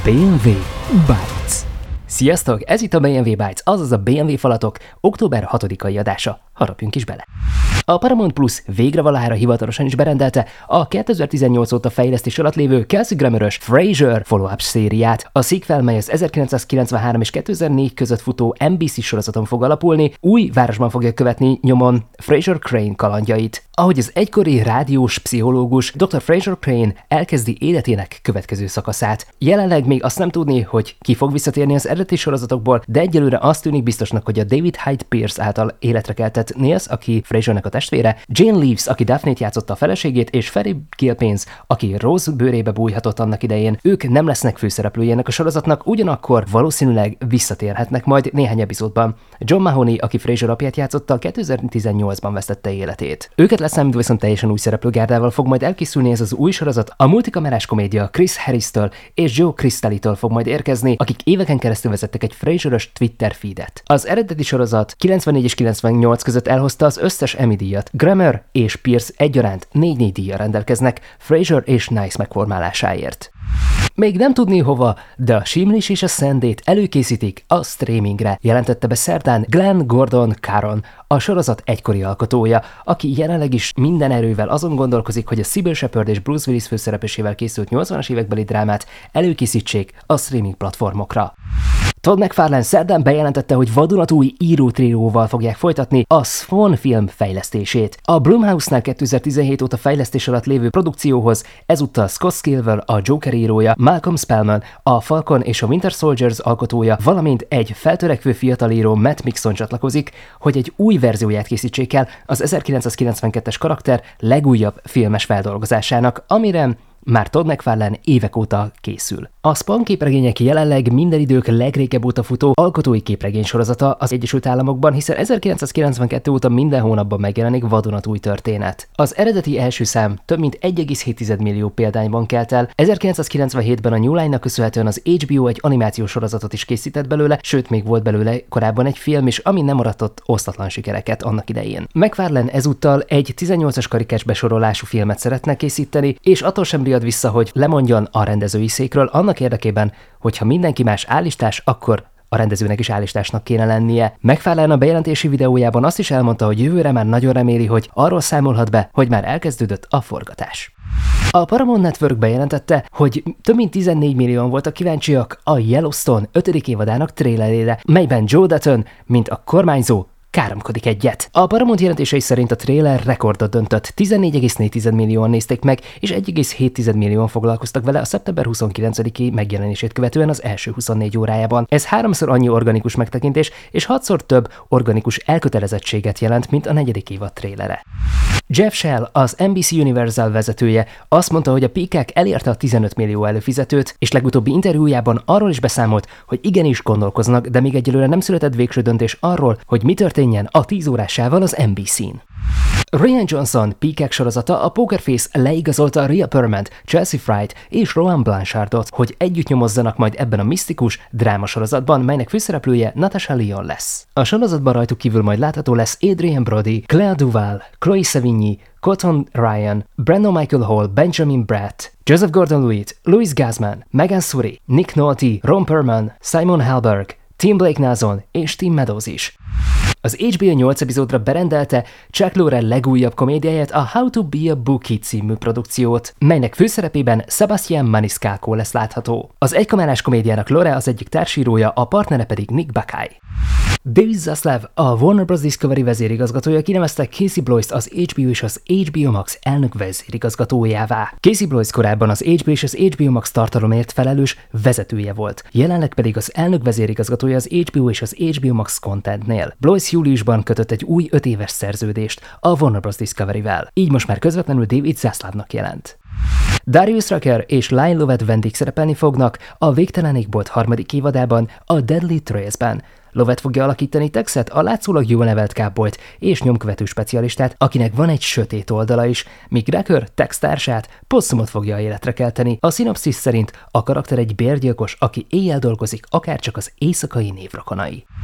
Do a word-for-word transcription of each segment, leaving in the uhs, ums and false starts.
bé em vé Bytes. Sziasztok! Ez itt a bé em vé Bytes, azaz a bé em vé falatok október hatodikai adása. Harapjunk is bele! A Paramount Plus végre valahára hivatalosan is berendelte a kétezer-tizennyolc óta fejlesztés alatt lévő Kelsey Grammer-ös Frasier follow-up szériát. A sequel, mely az ezerkilencszázkilencvenhárom és kétezer-négy között futó en bé cé sorozaton fog alapulni, új városban fogja követni nyomon Frasier Crane kalandjait. Ahogy az egykori rádiós pszichológus doktor Frasier Crane elkezdi életének következő szakaszát. Jelenleg még azt nem tudni, hogy ki fog visszatérni az eredeti sorozatokból, de egyelőre azt tűnik biztosnak, hogy a David Hyde Pierce által életre keltett Niles, aki Frasiernek a testvére, Jane Leaves, aki Daphne-t játszotta a feleségét, és Ferry Gilpins, aki Rose bőrébe bújhatott annak idején, ők nem lesznek főszereplői ennek a sorozatnak, ugyanakkor valószínűleg visszatérhetnek majd néhány epizódban. John Mahoney, aki Frasier apját játszotta, kétezer-tizennyolcban vesztette életét. Őket leszámítva viszont teljesen új szereplőgárdával fog majd elkészülni ez az új sorozat. A multikamerás komédia Chris Harris-től és Joe Cristalli-től fog majd érkezni, akik éveken keresztül vezettek egy Frasier-ös Twitter feedet. Az eredeti sorozat kilencvennégy és kilencvennyolc között elhozta az összes Emmy-díjat. Grammer és Pierce egyaránt négy-négy díjjal rendelkeznek Frasier és Niles megformálásáért. Még nem tudni hova, de a Simlis és a Szendét előkészítik a streamingre, jelentette be szerdán Glenn Gordon Caron, a sorozat egykori alkotója, aki jelenleg is minden erővel azon gondolkozik, hogy a Sybil Shepherd és Bruce Willis főszereplésével készült nyolcvanas évekbeli drámát előkészítsék a streaming platformokra. Todd McFarlane szerdán bejelentette, hogy vadonatúj írótrióval fogják folytatni a Swan film fejlesztését. A Blumhouse-nál kétezer-tizenhét óta fejlesztés alatt lévő produkcióhoz ezúttal Scott Scalver, a Joker írója, Malcolm Spellman, a Falcon és a Winter Soldiers alkotója, valamint egy feltörekvő fiatal író Matt Mixon csatlakozik, hogy egy új verzióját készítsék el az ezerkilencszázkilencvenkettes karakter legújabb filmes feldolgozásának, amire már Todd McFarlane évek óta készül. A Spawn képregények jelenleg minden idők legrégebb óta futó alkotói képregény sorozata az Egyesült Államokban, hiszen ezerkilencszázkilencvenkettő óta minden hónapban megjelenik vadonatúj történet. Az eredeti első szám több mint egy egész hét millió példányban kelt el, ezerkilencszázkilencvenhétben a New Line-nak köszönhetően az há bé o egy animációs sorozatot is készített belőle, sőt még volt belőle korábban egy film is, ami nem aratott osztatlan sikereket annak idején. McFarlane ezúttal egy tizennyolcas karikás besorolású filmet szeretne készíteni, és attól sem riad vissza, hogy lemondjon a rendezői székről, annak érdekében, hogyha mindenki más állistás, akkor a rendezőnek is állistásnak kéne lennie. McFarlane a bejelentési videójában azt is elmondta, hogy jövőre már nagyon reméli, hogy arról számolhat be, hogy már elkezdődött a forgatás. A Paramount Network bejelentette, hogy több mint tizennégy millióan voltak kíváncsiak a Yellowstone ötödik évadának trélerére, melyben Joe Dutton, mint a kormányzó, káromkodik egyet. A Paramount jelentései szerint a trailer rekordot döntött, tizennégy egész négy millióan nézték meg, és egy egész hét millióan foglalkoztak vele a szeptember huszonkilencediki megjelenését követően az első huszonnégy órájában. Ez háromszor annyi organikus megtekintés, és hatszor több organikus elkötelezettséget jelent, mint a negyedik évad trailere. Jeff Shell, az en bé cé Universal vezetője azt mondta, hogy a Peacock elérte a tizenöt millió előfizetőt, és legutóbbi interjújában arról is beszámolt, hogy igenis gondolkoznak, de még egyelőre nem született végső döntés arról, hogy mi történjen a tíz órásával az en bé cén. Rian Johnson Peacock sorozata a Poker Face leigazolta Rhea Perlman-t, Chelsea Fright és Rowan Blanchardot, hogy együtt nyomozzanak majd ebben a misztikus drámasorozatban, melynek főszereplője Natasha Lyonne lesz. A sorozatban rajtuk kívül majd látható lesz Adrian Brody, Claire Duval, Chloe Sevigny, Cotton Ryan, Brandon Michael Hall, Benjamin Bratt, Joseph Gordon-Levitt, Louis Guzman, Megan Suri, Nick Nolte, Ron Perlman, Simon Helberg, Tim Blake Nelson és Tim Meadows is. Az há bé o nyolc epizódra berendelte Chuck Lorre legújabb komédiáját, a How to be a Bookie című produkciót, melynek főszerepében Sebastian Maniscalco lesz látható. Az egykamerás komédiának Lorre az egyik társírója, a partnere pedig Nick Bakay. David Zaslav, a Warner Bros. Discovery vezérigazgatója kinevezte Casey Bloys-t az há bé o és az há bé o Max elnök vezérigazgatójává. Casey Bloys korábban az há bé o és az há bé o Max tartalomért felelős vezetője volt, jelenleg pedig az elnök vezérigazgatója az há bé o és az há bé o Max Contentnél. Bloys júliusban kötött egy új öt éves szerződést a Warner Bros. Discovery-vel, így most már közvetlenül David Zaslavnak jelent. Darius Rucker és Lyle Lovett vendégszerepelni fognak a Végtelen égbolt harmadik évadában, a Deadly Trails-ben. Lovett fogja alakítani Texet, a látszólag jól nevelt kápbolyt és nyomkövető specialistát, akinek van egy sötét oldala is, míg Rucker Tex társát, Possumot fogja életre kelteni. A szinopszis szerint a karakter egy bérgyilkos, aki éjjel dolgozik, akárcsak az éjszakai névrokonai.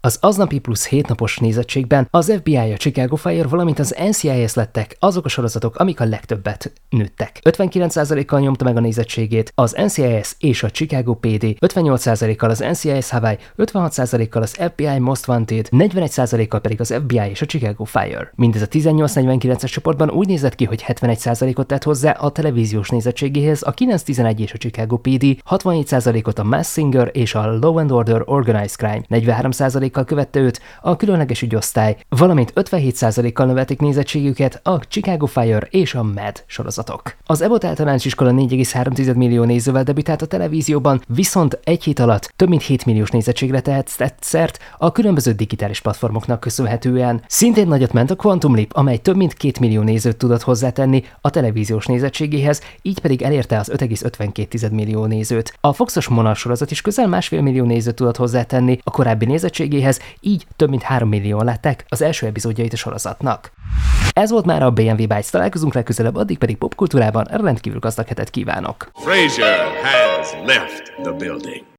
Az aznapi plusz hét napos nézettségben az ef bé i, a Chicago Fire, valamint az en cé i es lettek azok a sorozatok, amik a legtöbbet nőttek. ötvenkilenc százalékkal nyomta meg a nézettségét az en cé i es és a Chicago pé dé, ötvennyolc százalékkal az en cé i es Hawaii, ötvenhat százalékkal az ef bé i Most Wanted, negyvenegy százalékkal pedig az ef bé i és a Chicago Fire. Mindez a tizennyolc negyvenkilences csoportban úgy nézett ki, hogy hetvenegy százalékot tett hozzá a televíziós nézettségéhez a kilenc tizenegy és a Chicago pé dé, hatvanhét százalékot a Masked Singer és a Law and Order Organized Crime, negyvenhárom százalékkal követte őt a Különleges ügyosztály, valamint ötvenhét százalékkal növelték nézettségüket a Chicago Fire és a Mad sorozatok. Az Abbott általános iskola négy egész három millió nézővel debütált a televízióban, viszont egy hét alatt több mint hét milliós nézettségre tehetett szert a különböző digitális platformoknak köszönhetően. Szintén nagyot ment a Quantum Leap, amely több mint két millió nézőt tudott hozzátenni a televíziós nézettségéhez, így pedig elérte az öt egész ötvenkét millió nézőt. A Foxos Monarch sorozat is közel másfél millió nézőt tudott hozzátenni a korábbi nézettségéhez, így több mint három millióan látták az első epizódjait a sorozatnak. Ez volt már a bé em vé Bytes, találkozunk legközelebb, addig pedig popkultúrában rendkívül gazdag hetet kívánok. Frasier has left the building.